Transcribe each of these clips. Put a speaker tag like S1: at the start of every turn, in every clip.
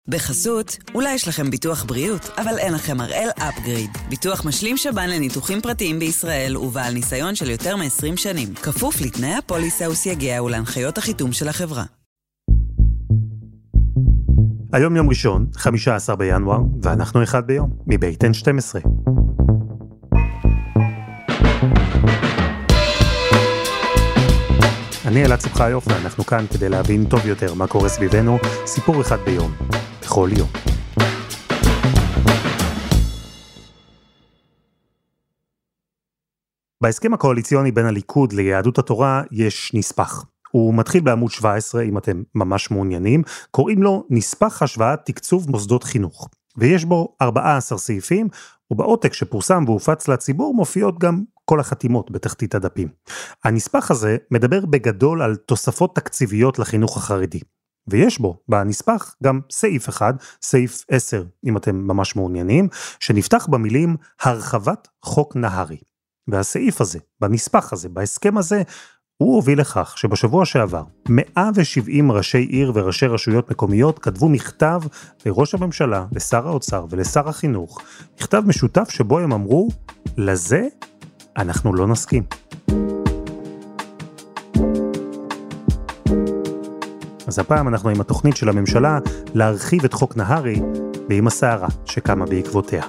S1: בחסות, אולי יש לכם ביטוח בריאות, אבל אין לכם הראל אפגריד. ביטוח משלים שב"ן לניתוחים פרטיים בישראל ובעל ניסיון של יותר מ-20 שנים. כפוף לתנאי הפוליסה וסייגיה ולהנחיות החיתום של החברה.
S2: היום יום ראשון, 15 בינואר, ואנחנו אחד ביום, מבית N12. אני אלעד שמחיוף, ואנחנו כאן כדי להבין טוב יותר מה קורה סביבנו, סיפור אחד ביום, בכל יום. בהסכם הקואליציוני בין הליכוד ליהדות התורה יש נספח. הוא מתחיל בעמוד 17, אם אתם ממש מעוניינים, קוראים לו נספח השוואת תקצוב מוסדות חינוך. ויש בו 14 סעיפים, ובעותק שפורסם והופץ לציבור מופיעות גם כל החתימות בתחתית הדפים. הנספח הזה מדבר בגדול על תוספות תקציביות לחינוך החרדי. ויש בו, בנספח, גם סעיף אחד, סעיף 10, אם אתם ממש מעוניינים, שנפתח במילים הרחבת חוק נהרי. והסעיף הזה, בנספח הזה, בהסכם הזה, הוא הוביל לכך שבשבוע שעבר 170 ראשי עיר וראשי רשויות מקומיות כתבו מכתב לראש הממשלה, לשר האוצר ולשר החינוך, מכתב משותף שבו הם אמרו, לזה אנחנו לא נסכים. אז הפעם אנחנו עם התוכנית של הממשלה להרחיב את חוק נהרי ועם הסערה שקמה בעקבותיה.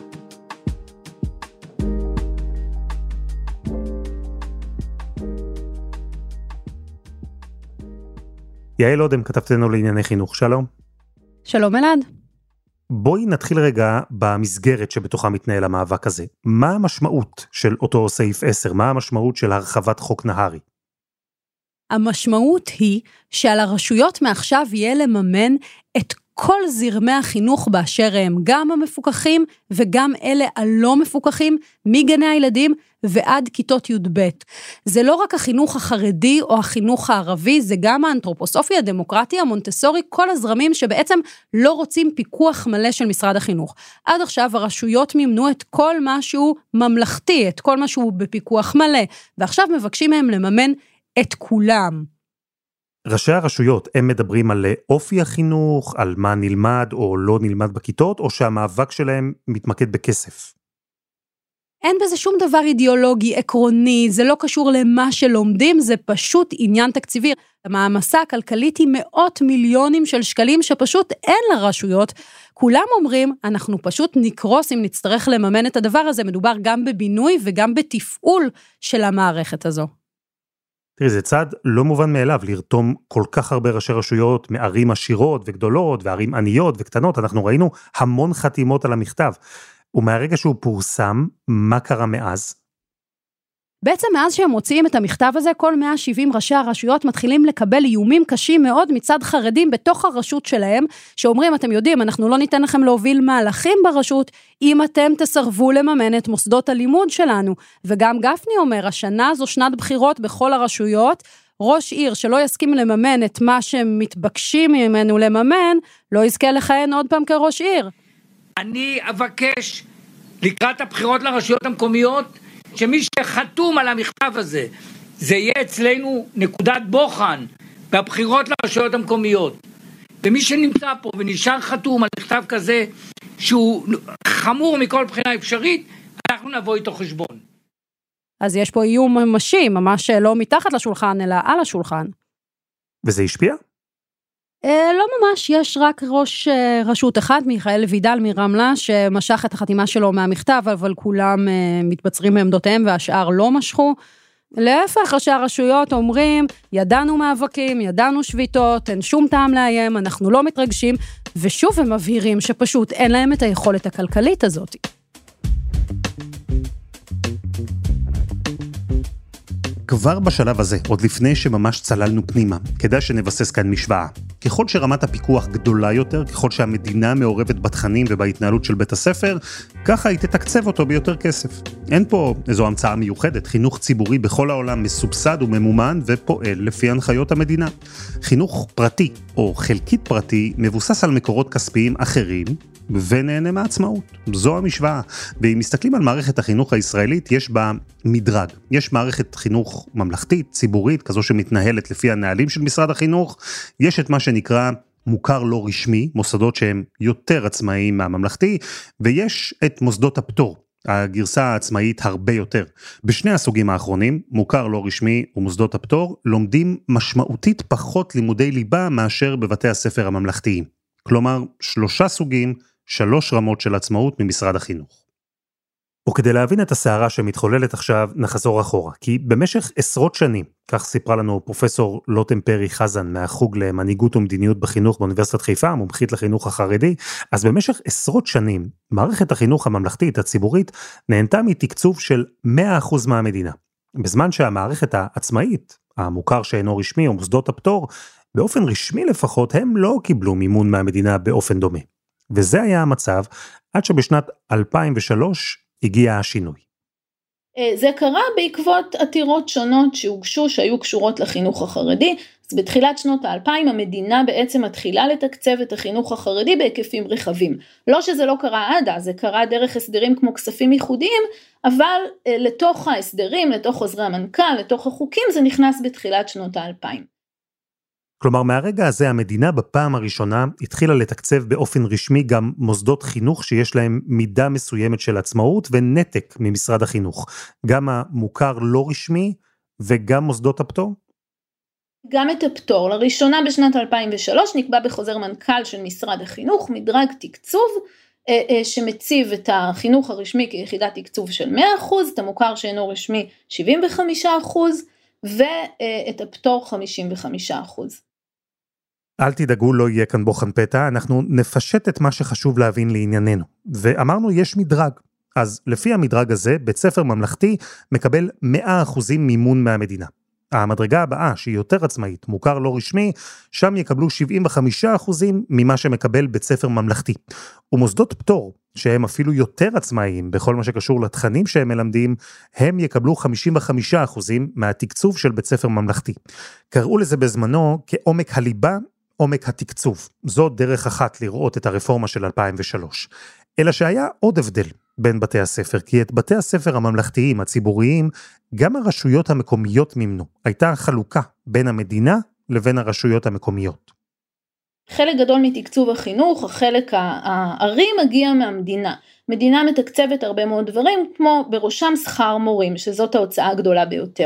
S2: יעל אודם, כתבתנו לענייני חינוך, שלום.
S3: שלום אלעד.
S2: בואי נתחיל רגע במסגרת שבתוכה מתנהל המאבק הזה. מה המשמעות של אותו סעיף 10? מה המשמעות של הרחבת חוק נהרי?
S3: המשמעות היא שעל הרשויות מעכשיו יהיה לממן את כל זרמי החינוך באשר הם, גם המפוקחים וגם אלה הלא מפוקחים, מגני הילדים ועד כיתות י"ב. זה לא רק החינוך החרדי או החינוך הערבי, זה גם האנתרופוסופי, הדמוקרטי, המונטסורי, כל הזרמים שבעצם לא רוצים פיקוח מלא של משרד החינוך. עד עכשיו הרשויות מימנו את כל משהו ממלכתי, את כל משהו בפיקוח מלא, ועכשיו מבקשים מהם לממן את כולם.
S2: ראשי הרשויות, הם מדברים על אופי החינוך, על מה נלמד או לא נלמד בכיתות, או שהמאבק שלהם מתמקד בכסף?
S3: אין בזה שום דבר אידיאולוגי, עקרוני, זה לא קשור למה שלומדים, זה פשוט עניין תקציבי. המעמסה הכלכלית היא מאות מיליונים של שקלים שפשוט אין לרשויות. כולם אומרים, אנחנו פשוט נקרוס אם נצטרך לממן את הדבר הזה, מדובר גם בבינוי וגם בתפעול של המערכת הזו.
S2: תראי, זה צעד לא מובן מאליו, לרתום כל כך הרבה ראשי רשויות מערים עשירות וגדולות, וערים עניות וקטנות. אנחנו ראינו המון חתימות על המכתב. ומהרגע שהוא פורסם, מה קרה מאז?
S3: בעצם מאז שהם מוציאים את המכתב הזה, כל 170 ראשי הרשויות מתחילים לקבל איומים קשים מאוד מצד חרדים בתוך הרשות שלהם, שאומרים, אתם יודעים, אנחנו לא ניתן לכם להוביל מהלכים ברשות, אם אתם תסרבו לממן את מוסדות הלימוד שלנו. וגם גפני אומר, השנה זו שנת בחירות בכל הרשויות, ראש עיר שלא יסכים לממן את מה שהם מתבקשים ממנו לממן, לא יזכה לכהן עוד פעם כראש עיר.
S4: אני אבקש לקראת הבחירות לרשויות המקומיות, שמי שחתום על המכתב הזה, זה יהיה אצלנו נקודת בוחן בבחירות לרשויות המקומיות. ומי שנמצא פה ונשאר חתום על מכתב כזה, שהוא חמור מכל בחינה אפשרית, אנחנו נבוא איתו חשבון.
S3: אז יש פה איום ממשי, ממש לא מתחת לשולחן, אלא על השולחן.
S2: וזה השפיע?
S3: לא ממש, יש רק ראש רשות אחד, מיכאל וידל מרמלה, שמשך את החתימה שלו מהמכתב, אבל כולם מתבצרים בעמדותיהם והשאר לא משכו. להפך, ראשי הרשויות אומרים, ידענו מאבקים, ידענו שביתות, אין שום טעם לאיים, אנחנו לא מתרגשים, ושוב הם מבהירים שפשוט אין להם את היכולת הכלכלית הזאת.
S2: כבר בשלב הזה, עוד לפני שממש צללנו פנימה, כדאי שנבסס כאן משוואה. ככל שרמת הפיקוח גדולה יותר, ככל שהמדינה מעורבת בתכנים ובהתנהלות של בית הספר, ככה היא תתקצב אותו ביותר כסף. אין פה איזו המצאה מיוחדת, חינוך ציבורי בכל העולם מסובסד וממומן ופועל לפי הנחיות המדינה. חינוך פרטי או חלקית פרטי מבוסס על מקורות כספיים אחרים, ונהנה מעצמאות. זו המשוואה. ואם מסתכלים על מערכת החינוך הישראלית, יש בה מדרג. יש מערכת חינוך ממלכתית, ציבורית, כזו שמתנהלת לפי הנהלים של משרד החינוך. יש את מה שנקרא מוכר לא רשמי, מוסדות שהם יותר עצמאיים מהממלכתי, ויש את מוסדות הפטור, הגרסה העצמאית הרבה יותר. בשני הסוגים האחרונים, מוכר לא רשמי ומוסדות הפטור, לומדים משמעותית פחות לימודי ליבה מאשר בבתי הספר הממלכתיים. כלומר, 3 סוגים, 3 רמות של עצמאות ממשרד החינוך. וכדי להבין את הסערה שמתחוללת עכשיו, נחזור אחורה, כי במשך עשרות שנים, כך סיפרה לנו פרופסור לוטם פרי חזן מהחוג למנהיגות ומדיניות בחינוך באוניברסיטת חיפה, מומחית לחינוך החרדי, אז במשך עשרות שנים, מערכת החינוך הממלכתית הציבורית נהנתה מתקצוב של 100% מהמדינה. בזמן שהמערכת העצמאית, המוכר שאינו רשמי או מוסדות הפטור, באופן רשמי לפחות, הם לא קיבלו מימון מהמדינה באופן דומה. וזה היה המצב עד שבשנת 2003 הגיע השינוי.
S5: זה קרה בעקבות עתירות שונות שהוגשו, שהיו קשורות לחינוך החרדי. אז בתחילת שנות ה-2000 המדינה בעצם מתחילה לתקצב את החינוך החרדי בהיקפים רחבים. לא שזה לא קרה עד אז, זה קרה דרך הסדרים כמו כספים ייחודיים, אבל לתוך ההסדרים, לתוך חוזרי המנכ"ל, לתוך החוקים, זה נכנס בתחילת שנות ה-2000.
S2: כלומר, מהרגע הזה המדינה בפעם הראשונה התחילה לתקצב באופן רשמי גם מוסדות חינוך שיש להם מידה מסוימת של עצמאות ונתק ממשרד החינוך. גם המוכר לא רשמי וגם מוסדות הפטור?
S5: גם את הפטור. לראשונה בשנת 2003 נקבע בחוזר מנכ"ל של משרד החינוך מדרג תקצוב שמציב את החינוך הרשמי כיחידת תקצוב של 100%, את המוכר שאינו רשמי 75% ואת הפטור 55%.
S2: אל תדאגו, לא יהיה כאן בוחן פתע, אנחנו נפשט את מה שחשוב להבין לענייננו. ואמרנו יש מדרג, אז לפי המדרג הזה, בית ספר ממלכתי מקבל 100% מימון מהמדינה. המדרגה הבאה, שהיא יותר עצמאית, מוכר לא רשמי, שם יקבלו 75% ממה שמקבל בית ספר ממלכתי. ומוסדות פטור, שהם אפילו יותר עצמאיים בכל מה שקשור לתכנים שהם מלמדים, הם יקבלו 55% מהתקצוב של בית ספר ממלכתי. קראו לזה בזמנו כעומק הליבה, עומק התקצוב. זו דרך אחת לראות את הרפורמה של 2003. אלא שהיה עוד הבדל בין בתי הספר, כי את בתי הספר הממלכתיים, הציבוריים, גם הרשויות המקומיות מימנו. הייתה חלוקה בין המדינה לבין הרשויות המקומיות.
S5: חלק גדול מתקצוב החינוך, החלק הערי מגיע מהמדינה. מדינה מתקצבת הרבה מאוד דברים, כמו בראשם שכר מורים, שזאת ההוצאה הגדולה ביותר.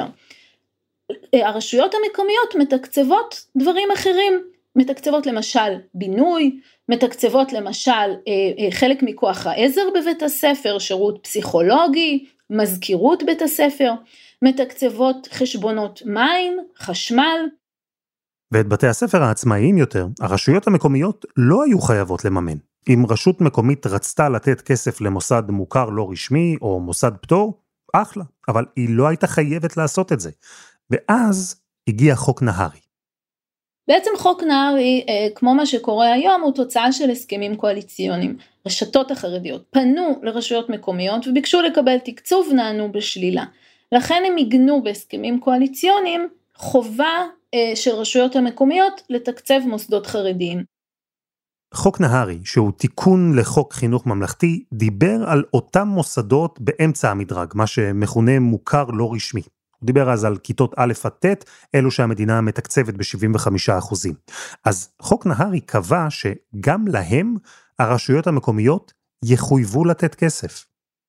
S5: הרשויות המקומיות מתקצבות דברים אחרים, מתקצבות למשל בינוי, מתקצבות למשל חלק מכוח העזר בבית הספר, שירות פסיכולוגי, מזכירות בית הספר, מתקצבות חשבונות מים, חשמל.
S2: ואת בתי הספר העצמאיים יותר, הרשויות המקומיות לא היו חייבות לממן. אם רשות מקומית רצתה לתת כסף למוסד מוכר לא רשמי או מוסד פטור, אחלה, אבל היא לא הייתה חייבת לעשות את זה. ואז הגיע חוק נהרי.
S5: בעצם חוק נהרי, כמו מה שקורה היום, הוא תוצאה של הסכמים קואליציוניים. רשתות החרדיות פנו לרשויות מקומיות וביקשו לקבל תקצוב, נענו בשלילה. לכן הם עיגנו בהסכמים קואליציוניים חובה של רשויות המקומיות לתקצב מוסדות חרדיים.
S2: חוק נהרי, שהוא תיקון לחוק חינוך ממלכתי, דיבר על אותם מוסדות באמצע המדרג, מה שמכונה מוכר לא רשמי. הוא דיבר אז על כיתות א' עד ט', אלו שהמדינה מתקצבת ב-75%. אז חוק נהרי קבע שגם להם הרשויות המקומיות יחויבו לתת כסף.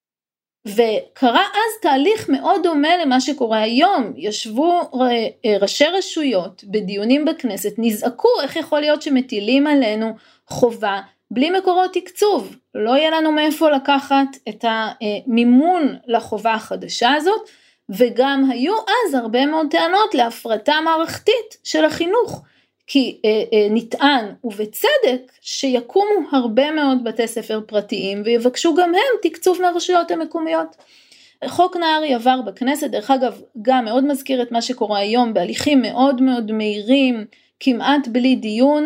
S5: וקרה אז תהליך מאוד דומה למה שקורה היום. ישבו ראשי רשויות בדיונים בכנסת, נזעקו איך יכול להיות שמטילים עלינו חובה בלי מקורות תקצוב. לא יהיה לנו מאיפה לקחת את המימון לחובה החדשה הזאת, וגם היו אז הרבה מאוד טענות להפרטה מערכתית של החינוך, כי נטען ובצדק שיקומו הרבה מאוד בתי ספר פרטיים ויבקשו גם הם תקצוב לרשויות המקומיות. חוק נהרי עבר בכנסת, דרך אגב גם מאוד מזכיר את מה שקורה היום בהליכים מאוד מאוד מהירים, כמעט בלי דיון,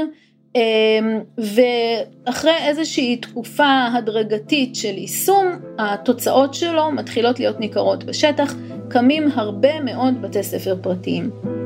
S5: ואחרי איזושהי תקופה הדרגתית של יישום, התוצאות שלו מתחילות להיות ניכרות בשטח, קמים הרבה מאוד בתי ספר פרטיים.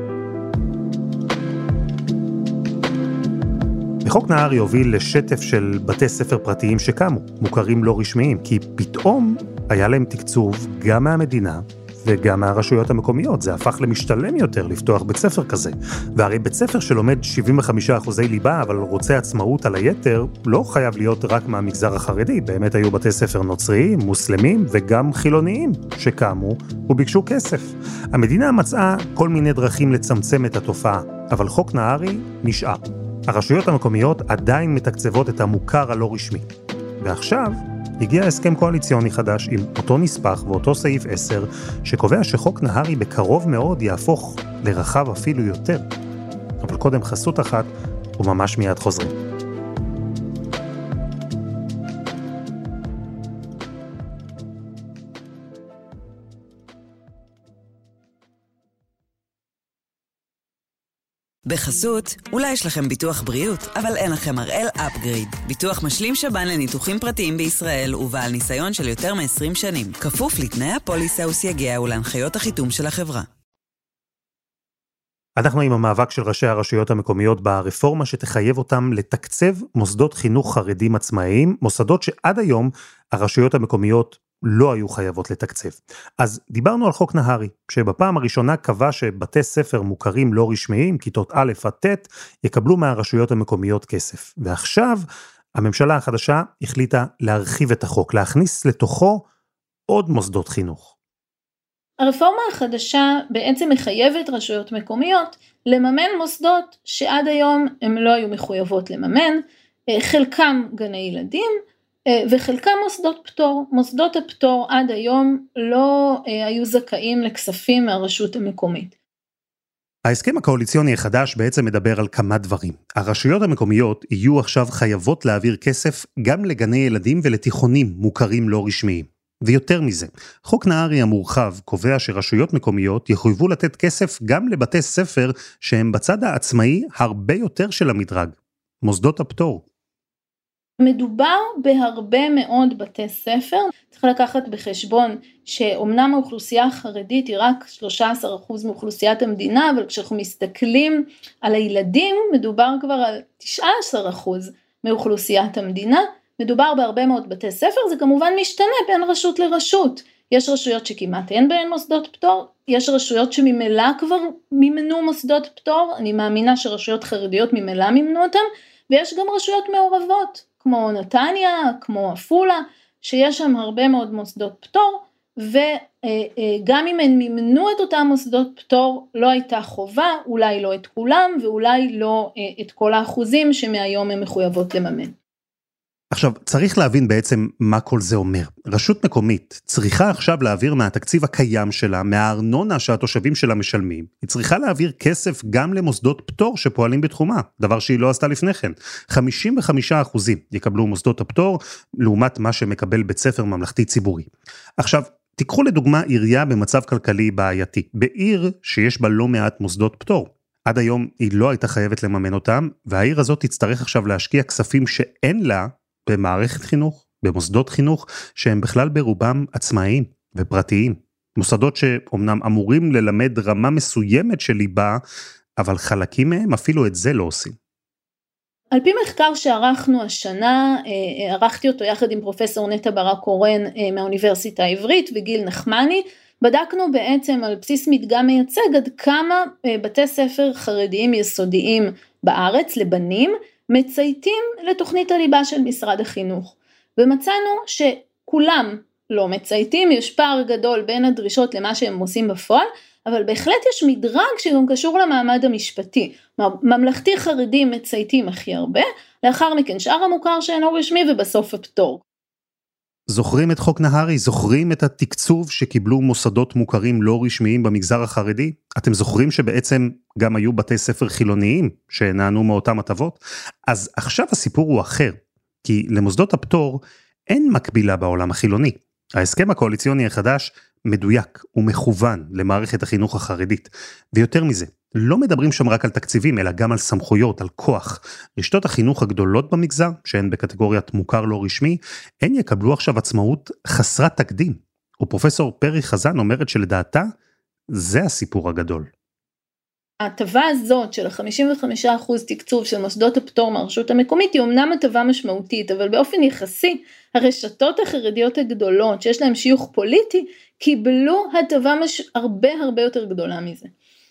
S2: חוק נהרי הוביל לשטף של בתי ספר פרטיים שקמו, מוכרים לא רשמיים, כי פתאום היה להם תקצוב גם מהמדינה וגם מהרשויות המקומיות. זה הפך למשתלם יותר לפתוח בית ספר כזה. והרי בית ספר שלומד 75% ליבה, אבל רוצה עצמאות על היתר, לא חייב להיות רק מהמגזר החרדי. באמת היו בתי ספר נוצריים, מוסלמים וגם חילוניים שקמו וביקשו כסף. המדינה מצאה כל מיני דרכים לצמצם את התופעה, אבל חוק נהרי נשאר. הרשויות המקומיות עדיין מתקצבות את המוכר הלא רשמי. ועכשיו הגיע הסכם קואליציוני חדש עם אותו נספח ואותו סעיף 10, שקובע שחוק נהרי בקרוב מאוד יהפוך לרחב אפילו יותר. אבל קודם חסות אחת, וממש מיד חוזרים.
S1: בחסות, אולי יש לכם ביטוח בריאות, אבל אין לכם הראל אפגריד. ביטוח משלים שב"ן לניתוחים פרטיים בישראל ובעל ניסיון של יותר מ-20 שנים. כפוף לתנאי הפוליסה וסייגיה ולהנחיות החיתום של החברה.
S2: אנחנו עם המאבק של ראשי הרשויות המקומיות ברפורמה שתחייב אותם לתקצב מוסדות חינוך חרדים עצמאיים, מוסדות שעד היום הרשויות המקומיות לא היו חייבות לתקצב. אז דיברנו על חוק נהרי, שבפעם הראשונה קבע שבתי ספר מוכרים לא רשמיים, כיתות א' עד ט', יקבלו מהרשויות המקומיות כסף. ועכשיו הממשלה החדשה החליטה להרחיב את החוק, להכניס לתוכו עוד מוסדות חינוך.
S5: הרפורמה החדשה בעצם מחייבת רשויות מקומיות לממן מוסדות שעד היום הן לא היו מחויבות לממן, חלקם גני ילדים, וחלקם מוסדות פטור. מוסדות הפטור עד היום לא היו זכאים לכספים מהרשות המקומית.
S2: ההסכם הקואליציוני החדש בעצם מדבר על כמה דברים. הרשויות המקומיות יהיו עכשיו חייבות להעביר כסף גם לגני ילדים ולתיכונים מוכרים לא רשמיים. ויותר מזה, חוק נהרי המורחב קובע שרשויות מקומיות יחויבו לתת כסף גם לבתי ספר שהם בצד העצמאי הרבה יותר של המדרג, מוסדות הפטור.
S5: מדובר בהרבה מאוד בתי ספר, צריך לקחת בחשבון שאומנם האוכלוסייה החרדית היא רק 13% מאוכלוסיית המדינה, אבל כשאנחנו מסתכלים על הילדים, מדובר כבר על 19% מאוכלוסיית המדינה, מדובר בהרבה מאוד בתי ספר, זה כמובן משתנה בין רשות לרשות. יש רשויות שכמעט אין בהן מוסדות פטור, יש רשויות שממילא כבר מימנו מוסדות פטור, אני מאמינה שרשויות חרדיות ממילא מימנו אותם, ויש גם רשויות מעורבות, כמו נתניה, כמו עפולה, שיש שם הרבה מאוד מוסדות פטור, וגם אם הן מימנו את אותם מוסדות פטור, לא הייתה חובה, אולי לא את כולם, ואולי לא את כל האחוזים שמהיום הן מחויבות לממן.
S2: עכשיו, צריך להבין בעצם מה כל זה אומר. רשות מקומית צריכה עכשיו להעביר מהתקציב הקיים שלה, מהארנונה שהתושבים שלה משלמים, היא צריכה להעביר כסף גם למוסדות פטור שפועלים בתחומה, דבר שהיא לא עשתה לפני כן. 55% יקבלו מוסדות הפטור, לעומת מה שמקבל בית ספר ממלכתי ציבורי. עכשיו, תיקחו לדוגמה עירייה במצב כלכלי בעייתי, בעיר שיש בה לא מעט מוסדות פטור. עד היום היא לא הייתה חייבת לממן אותם, והעיר הזאת תצטרך עכשיו להשקיע כספים שאין לה, במערכת חינוך, במוסדות חינוך, שהם בכלל ברובם עצמאיים ופרטיים. מוסדות שאומנם אמורים ללמד רמה מסוימת של ליבה, אבל חלקים מהם אפילו את זה לא עושים.
S5: על פי מחקר שערכנו השנה, ערכתי אותו יחד עם פרופסור נטע ברק קורן מהאוניברסיטה העברית וגיל נחמני, בדקנו בעצם על בסיס מדגם מייצג עד כמה בתי ספר חרדיים יסודיים בארץ לבנים, מצייתים לתוכנית הליבה של משרד החינוך, ומצאנו שכולם לא מצייתים, יש פער גדול בין הדרישות למה שהם עושים בפועל, אבל בהחלט יש מדרג שגם קשור למעמד המשפטי, ממלכתי חרדי מצייתים הכי הרבה, לאחר מכן שאר המוכר שאינו רשמי ובסוף הפטור.
S2: זוכרים את חוק נהרי? זוכרים את התקצוב שקיבלו מוסדות מוכרים לא רשמיים במגזר החרדי? אתם זוכרים שבעצם גם היו בתי ספר חילוניים שנענו מאותם הטבות? אז עכשיו הסיפור הוא אחר, כי למוסדות הפטור אין מקבילה בעולם החילוני. ההסכם הקואליציוני החדש מדויק ומכוון למערכת החינוך החרדית, ויותר מזה, לא מדברים שם רק על תקציבים, אלא גם על סמכויות, על כוח. רשתות החינוך הגדולות במגזר, שהן בקטגוריית מוכר לא רשמי, הן יקבלו עכשיו עצמאות חסרת תקדים. ופרופסור פרי חזן אומרת שלדעתה, זה הסיפור הגדול.
S5: ההטבה הזאת של ה-55% תקצוב של מוסדות הפטור מהרשות המקומית היא אומנם הטבה משמעותית, אבל באופן יחסי הרשתות החרדיות הגדולות שיש להן שיוך פוליטי, קיבלו הטבה הרבה יותר גדולה מזה.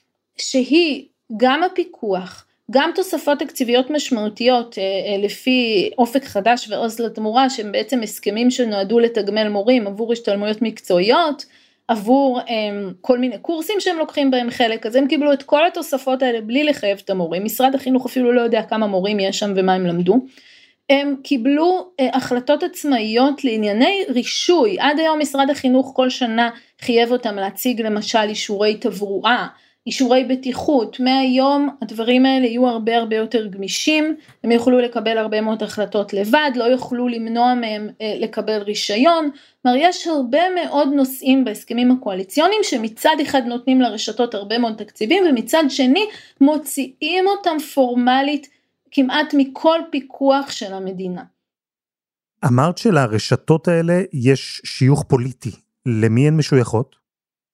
S5: שהיא גם הפיקוח, גם תוספות תקציביות משמעותיות לפי אופק חדש ועוז לתמורה, שהם בעצם הסכמים שנועדו לתגמל מורים עבור השתלמויות מקצועיות, עבור כל מיני קורסים שהם לוקחים בהם חלק, אז הם קיבלו את כל התוספות האלה בלי לחייב את המורים, משרד החינוך אפילו לא יודע כמה מורים יש שם ומה הם למדו, הם קיבלו החלטות עצמאיות לענייני רישוי, עד היום משרד החינוך כל שנה חייב אותם להציג למשל אישורי תברואה, אישורי בטיחות, מהיום הדברים האלה יהיו הרבה יותר גמישים, הם יוכלו לקבל הרבה מאוד החלטות לבד, לא יוכלו למנוע מהם לקבל רישיון, כלומר יש הרבה מאוד נושאים בהסכמים הקואליציוניים, שמצד אחד נותנים לרשתות הרבה מאוד תקציבים, ומצד שני מוציאים אותם פורמלית כמעט מכל פיקוח של המדינה.
S2: אמרת שלרשתות האלה יש שיוך פוליטי, למי הן משויכות?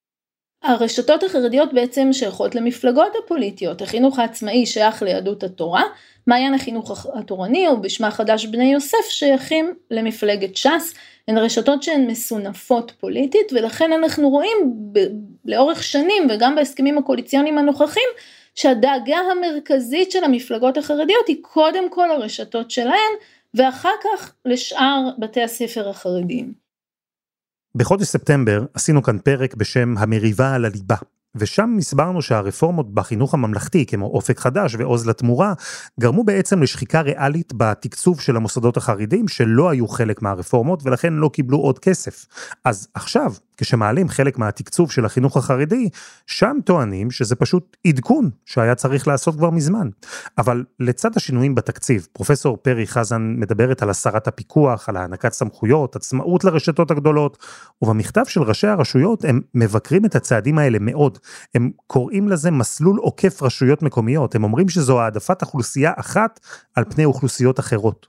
S5: הרשתות החרדיות בעצם שייכות למפלגות הפוליטיות, החינוך העצמאי שייך ליהדות התורה, מעיין החינוך התורני או בשמה חדש בני יוסף שייכים למפלגת ש"ס, הן רשתות שהן מסונפות פוליטית, ולכן אנחנו רואים לאורך שנים וגם בהסכמים הקואליציוניים הנוכחים, שהדאגה המרכזית של המפלגות החרדיות היא קודם כל הרשתות שלהן, ואחר כך לשאר בתי הספר החרדיים.
S2: בחודש ספטמבר עשינו כאן פרק בשם המריבה על הליבה, ושם הסברנו שהרפורמות בחינוך הממלכתי, כמו אופק חדש ועוז לתמורה, גרמו בעצם לשחיקה ריאלית בתקצוב של המוסדות החרדים, שלא היו חלק מהרפורמות, ולכן לא קיבלו עוד כסף. אז עכשיו, כשמעלים חלק מהתקצוב של החינוך החרדי, שם טוענים שזה פשוט עדכון שהיה צריך לעשות כבר מזמן. אבל לצד השינויים בתקציב, פרופסור פרי חזן מדברת על הסרת הפיקוח, על הענקת סמכויות, עצמאות לרשתות הגדולות, ובמכתב של ראשי הרשויות הם מבקרים את הצעדים האלה מאוד. הם קוראים לזה מסלול עוקף רשויות מקומיות, הם אומרים שזו העדפת אוכלוסייה אחת על פני אוכלוסיות אחרות.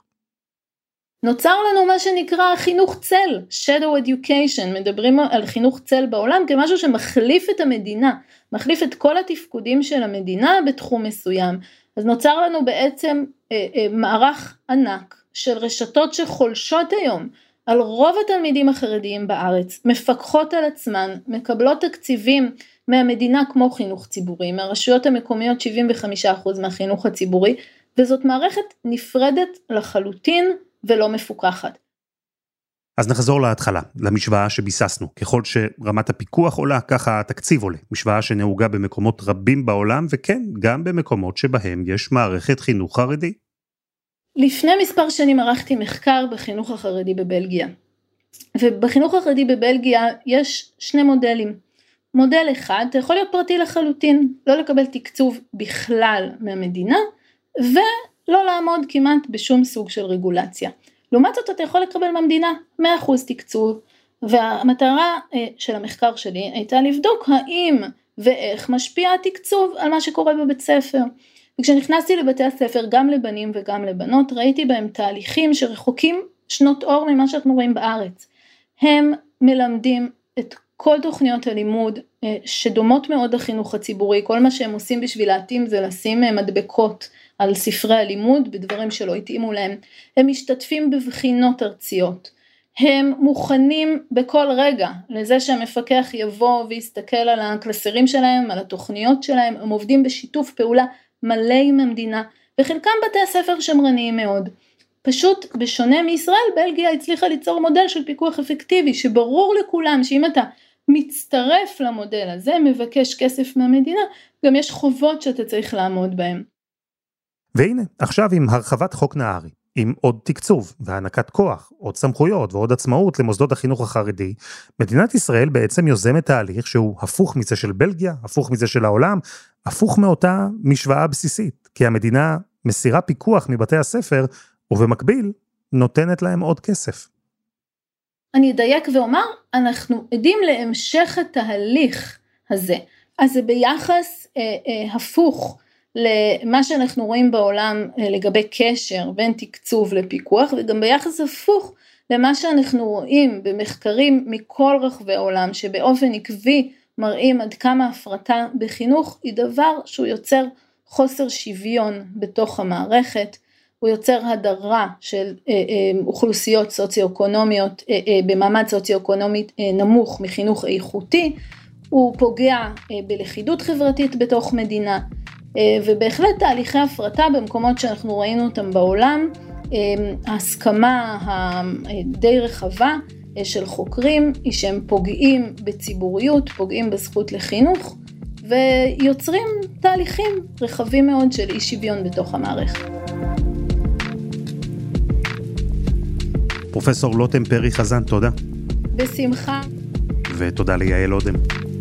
S5: נוצר לנו מה שנקרא חינוך צל, shadow education, מדברים על חינוך צל בעולם כמשהו שמחליף את המדינה, מחליף את כל התפקודים של המדינה בתחום מסוים, אז נוצר לנו בעצם מערך ענק של רשתות שחולשות היום על רוב התלמידים החרדיים בארץ, מפקחות על עצמן, מקבלות תקציבים מהמדינה כמו חינוך ציבורי, מהרשויות המקומיות 75% מהחינוך הציבורי, וזאת מערכת נפרדת לחלוטין ולא מפוקחת.
S2: אז נחזור להתחלה, למשוואה שביססנו. ככל שרמת הפיקוח עולה, ככה התקציב עולה. משוואה שנהוגה במקומות רבים בעולם, וכן, גם במקומות שבהם יש מערכת חינוך חרדי.
S5: לפני מספר שנים ערכתי מחקר בחינוך החרדי בבלגיה. ובחינוך החרדי בבלגיה יש שני מודלים. מודל אחד, אתה יכול להיות פרטי לחלוטין, לא לקבל תקצוב בכלל מהמדינה, ולא לעמוד כמעט בשום סוג של רגולציה. לעומת זאת, אתה יכול לקבל מהמדינה 100% תקצוב, והמטרה של המחקר שלי הייתה לבדוק האם ואיך משפיע התקצוב על מה שקורה בבית ספר. וכשנכנסתי לבתי הספר, גם לבנים וגם לבנות, ראיתי בהם תהליכים שרחוקים שנות אור ממה שאנחנו רואים בארץ. הם מלמדים את כל תוכניות הלימוד שדומות מאוד לחינוך הציבורי, כל מה שהם עושים בשביל להתאים זה לשים מדבקות על ספרי הלימוד בדברים שלא התאימו להם. הם משתתפים בבחינות ארציות. הם מוכנים בכל רגע לזה שהמפקח יבוא ויסתכל על הקלסרים שלהם, על התוכניות שלהם, הם עובדים בשיתוף פעולה מלא עם המדינה, וחלקם בתי הספר שמרניים מאוד. פשוט בשונה מישראל, בלגיה הצליחה ליצור מודל של פיקוח אפקטיבי, שברור לכולם שאם אתה מצטרף למודל הזה, מבקש כסף מהמדינה, גם יש חובות שאתה צריך לעמוד בהם.
S2: והנה, עכשיו עם הרחבת חוק נהרי, עם עוד תקצוב והענקת כוח, עוד סמכויות ועוד עצמאות למוסדות החינוך החרדי, מדינת ישראל בעצם יוזמת תהליך שהוא הפוך מזה של בלגיה, הפוך מזה של העולם, הפוך מאותה משוואה בסיסית, כי המדינה מסירה פיקוח מבתי הספר, ובמקביל נותנת להם עוד כסף.
S5: אני אדייק ואומר, אנחנו עדים להמשך התהליך הזה, אז זה ביחס הפוך למה שאנחנו רואים בעולם לגבי קשר בין תקצוב לפיקוח, וגם ביחס הפוך למה שאנחנו רואים במחקרים מכל רחבי העולם, שבאופן עקבי מראים עד כמה הפרטה בחינוך היא דבר שהוא יוצר חוסר שוויון בתוך המערכת, הוא יוצר הדרה של אוכלוסיות סוציו-אקונומיות במעמד סוציו-אקונומי נמוך מחינוך איכותי, הוא פוגע בלכידות חברתית בתוך מדינה, ובהחלט תהליכי הפרטה במקומות שאנחנו ראינו אותם בעולם, ההסכמה הדי רחבה של חוקרים היא שהם פוגעים בציבוריות, פוגעים בזכות לחינוך, ויוצרים תהליכים רחבים מאוד של אי שוויון בתוך המערכת.
S2: פרופסור לוטם פרי חזן, תודה.
S5: בשמחה.
S2: ותודה ליעל אודם.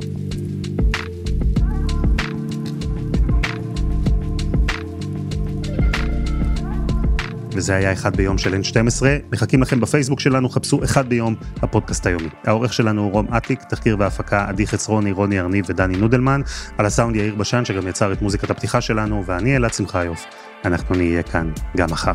S2: וזה היה אחד ביום של N12, מחכים לכם בפייסבוק שלנו, חפשו אחד ביום, הפודקאסט היומי. העורך שלנו הוא רום עתיק, תחקיר והפקה עדי חצרוני, רוני ארניב ודני נודלמן, על הסאונד יאיר בשן שגם יצר את מוזיקת הפתיחה שלנו, ואני אלעד שמחיוף. אנחנו נהיה כאן גם מחר.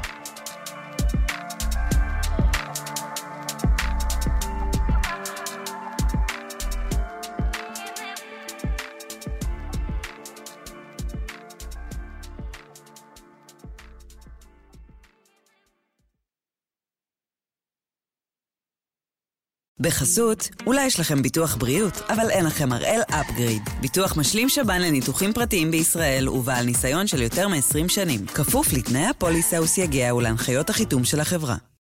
S1: בחסות, אולי יש לכם ביטוח בריאות, אבל אין לכם הראל אפגריד. ביטוח משלים שב"ן לניתוחים פרטיים בישראל ובעל ניסיון של יותר מ-20 שנים. כפוף לתנאי הפוליסה וסייגיה ולהנחיות החיתום של החברה.